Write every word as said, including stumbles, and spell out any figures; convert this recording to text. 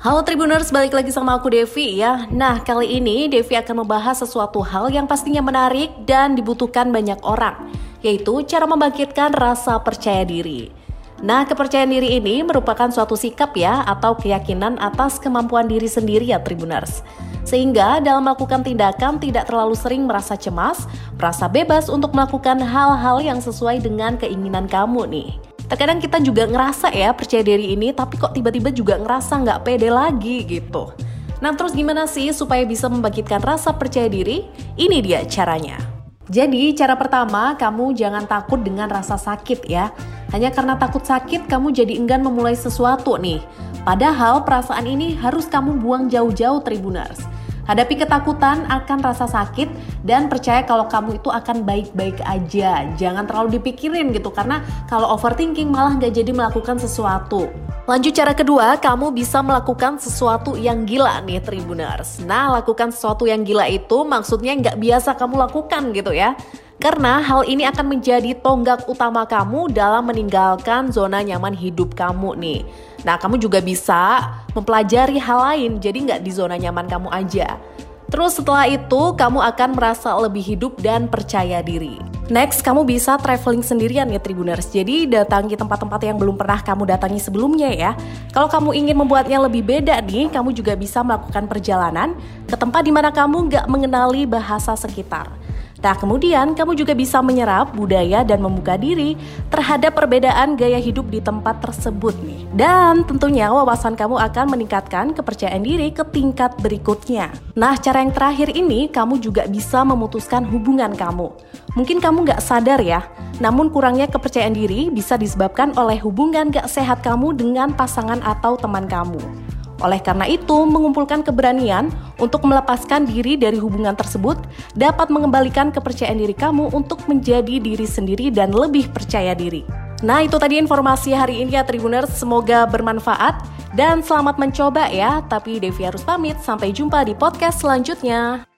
Halo Tribuners, balik lagi sama aku Devi ya. Nah, kali ini Devi akan membahas sesuatu hal yang pastinya menarik dan dibutuhkan banyak orang, yaitu cara membangkitkan rasa percaya diri. Nah, kepercayaan diri ini merupakan suatu sikap ya, atau keyakinan atas kemampuan diri sendiri ya Tribuners. Sehingga dalam melakukan tindakan tidak terlalu sering merasa cemas, merasa bebas untuk melakukan hal-hal yang sesuai dengan keinginan kamu nih. Terkadang kita juga ngerasa ya percaya diri ini, tapi kok tiba-tiba juga ngerasa nggak pede lagi gitu. Nah terus gimana sih supaya bisa membangkitkan rasa percaya diri? Ini dia caranya. Jadi cara pertama, kamu jangan takut dengan rasa sakit ya. Hanya karena takut sakit, kamu jadi enggan memulai sesuatu nih. Padahal perasaan ini harus kamu buang jauh-jauh Tribuners. Hadapi ketakutan akan rasa sakit dan percaya kalau kamu itu akan baik-baik aja. Jangan terlalu dipikirin gitu, karena kalau overthinking malah gak jadi melakukan sesuatu. Lanjut cara kedua, kamu bisa melakukan sesuatu yang gila nih Tribuners. Nah, lakukan sesuatu yang gila itu maksudnya gak biasa kamu lakukan gitu ya. Karena hal ini akan menjadi tonggak utama kamu dalam meninggalkan zona nyaman hidup kamu nih. Nah, kamu juga bisa mempelajari hal lain, jadi nggak di zona nyaman kamu aja. Terus setelah itu, kamu akan merasa lebih hidup dan percaya diri. Next, kamu bisa traveling sendirian ya Tribuners. Jadi datangi tempat-tempat yang belum pernah kamu datangi sebelumnya ya. Kalau kamu ingin membuatnya lebih beda nih, kamu juga bisa melakukan perjalanan ke tempat di mana kamu nggak mengenali bahasa sekitar. Nah, kemudian kamu juga bisa menyerap budaya dan membuka diri terhadap perbedaan gaya hidup di tempat tersebut nih. Dan tentunya wawasan kamu akan meningkatkan kepercayaan diri ke tingkat berikutnya. Nah, cara yang terakhir ini kamu juga bisa memutuskan hubungan kamu. Mungkin kamu gak sadar ya, namun kurangnya kepercayaan diri bisa disebabkan oleh hubungan gak sehat kamu dengan pasangan atau teman kamu. Oleh karena itu, mengumpulkan keberanian untuk melepaskan diri dari hubungan tersebut dapat mengembalikan kepercayaan diri kamu untuk menjadi diri sendiri dan lebih percaya diri. Nah, itu tadi informasi hari ini ya Tribuners, semoga bermanfaat dan selamat mencoba ya. Tapi Devi harus pamit, sampai jumpa di podcast selanjutnya.